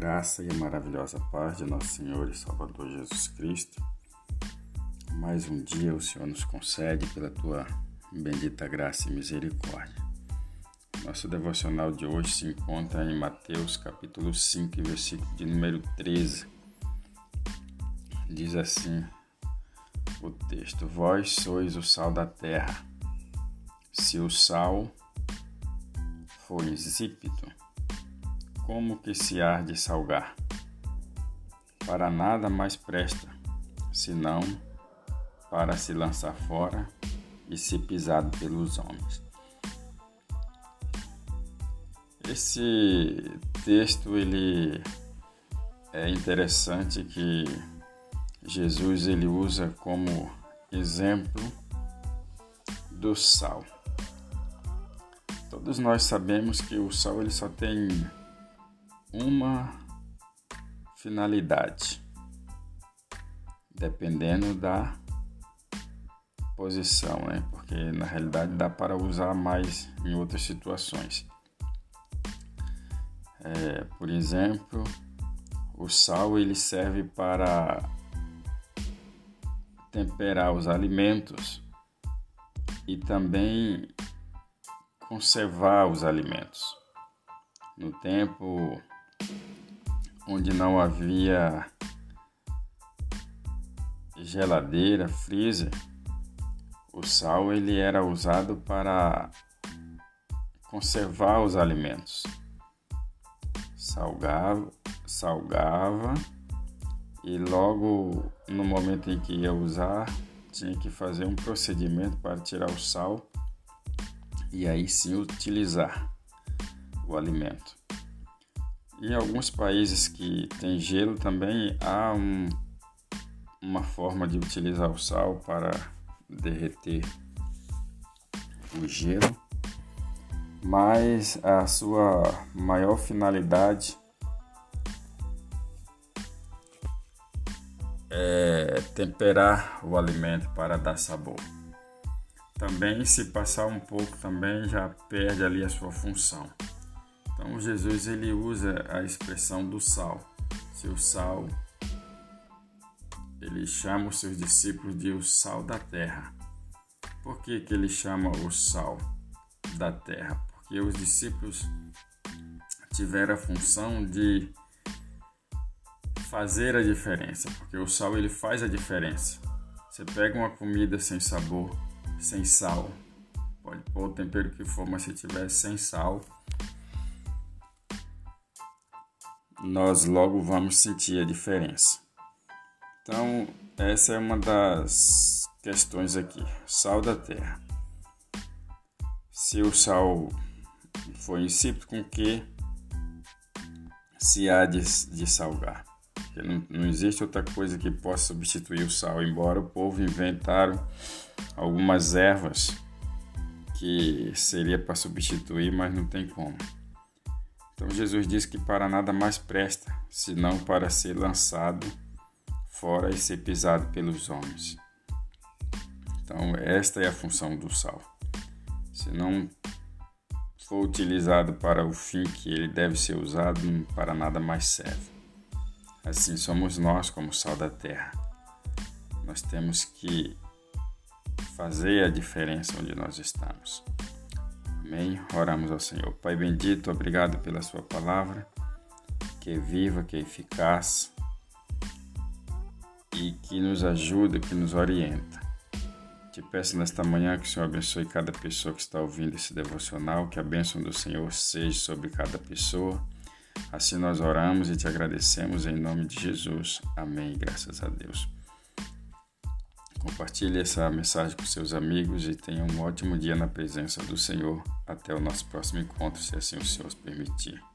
graça e a maravilhosa paz de nosso Senhor e Salvador Jesus Cristo. Mais um dia o Senhor nos concede pela tua bendita graça e misericórdia. Nosso devocional de hoje se encontra em Mateus capítulo 5, versículo de número 13. Diz assim o texto: Vós sois o sal da terra. Se o sal for insípido, como que se há de salgar? Para nada mais presta, senão para se lançar fora e ser pisado pelos homens. Esse texto ele é interessante que Jesus ele usa como exemplo do sal. Todos nós sabemos que o sal ele só tem uma finalidade, dependendo da posição, né? Porque na realidade dá para usar mais em outras situações. Por exemplo, o sal ele serve para temperar os alimentos e também conservar os alimentos. No tempo onde não havia geladeira, freezer, o sal ele era usado para conservar os alimentos. Salgava e logo no momento em que ia usar, tinha que fazer um procedimento para tirar o sal e aí sim utilizar o alimento. Em alguns países que tem gelo também há uma forma de utilizar o sal para derreter o gelo, mas a sua maior finalidade é temperar o alimento para dar sabor. Também se passar um pouco também já perde ali a sua função. Então Jesus ele usa a expressão do sal. Se o sal, ele chama os seus discípulos de o sal da terra. Por que ele chama o sal da terra? Porque os discípulos tiveram a função de fazer a diferença, porque o sal ele faz a diferença. Você pega uma comida sem sabor, sem sal, pode pôr o tempero que for, mas se tiver sem sal, nós logo vamos sentir a diferença. Então, essa é uma das questões aqui, sal da terra. Se o sal for insípido, com que se há de salgar? Porque não existe outra coisa que possa substituir o sal, embora o povo inventaram algumas ervas que seria para substituir, mas não tem como. Então Jesus diz que para nada mais presta, senão para ser lançado fora e ser pisado pelos homens. Então esta é a função do sal. Se não for utilizado para o fim que ele deve ser usado, para nada mais serve. Assim somos nós como sal da terra. Nós temos que fazer a diferença onde nós estamos. Amém? Oramos ao Senhor. Pai bendito, obrigado pela sua palavra, que é viva, que é eficaz e que nos ajuda, que nos orienta. Te peço nesta manhã que o Senhor abençoe cada pessoa que está ouvindo esse devocional, que a bênção do Senhor seja sobre cada pessoa. Assim nós oramos e te agradecemos em nome de Jesus. Amém. Graças a Deus. Compartilhe essa mensagem com seus amigos e tenha um ótimo dia na presença do Senhor. Até o nosso próximo encontro, se assim o Senhor permitir.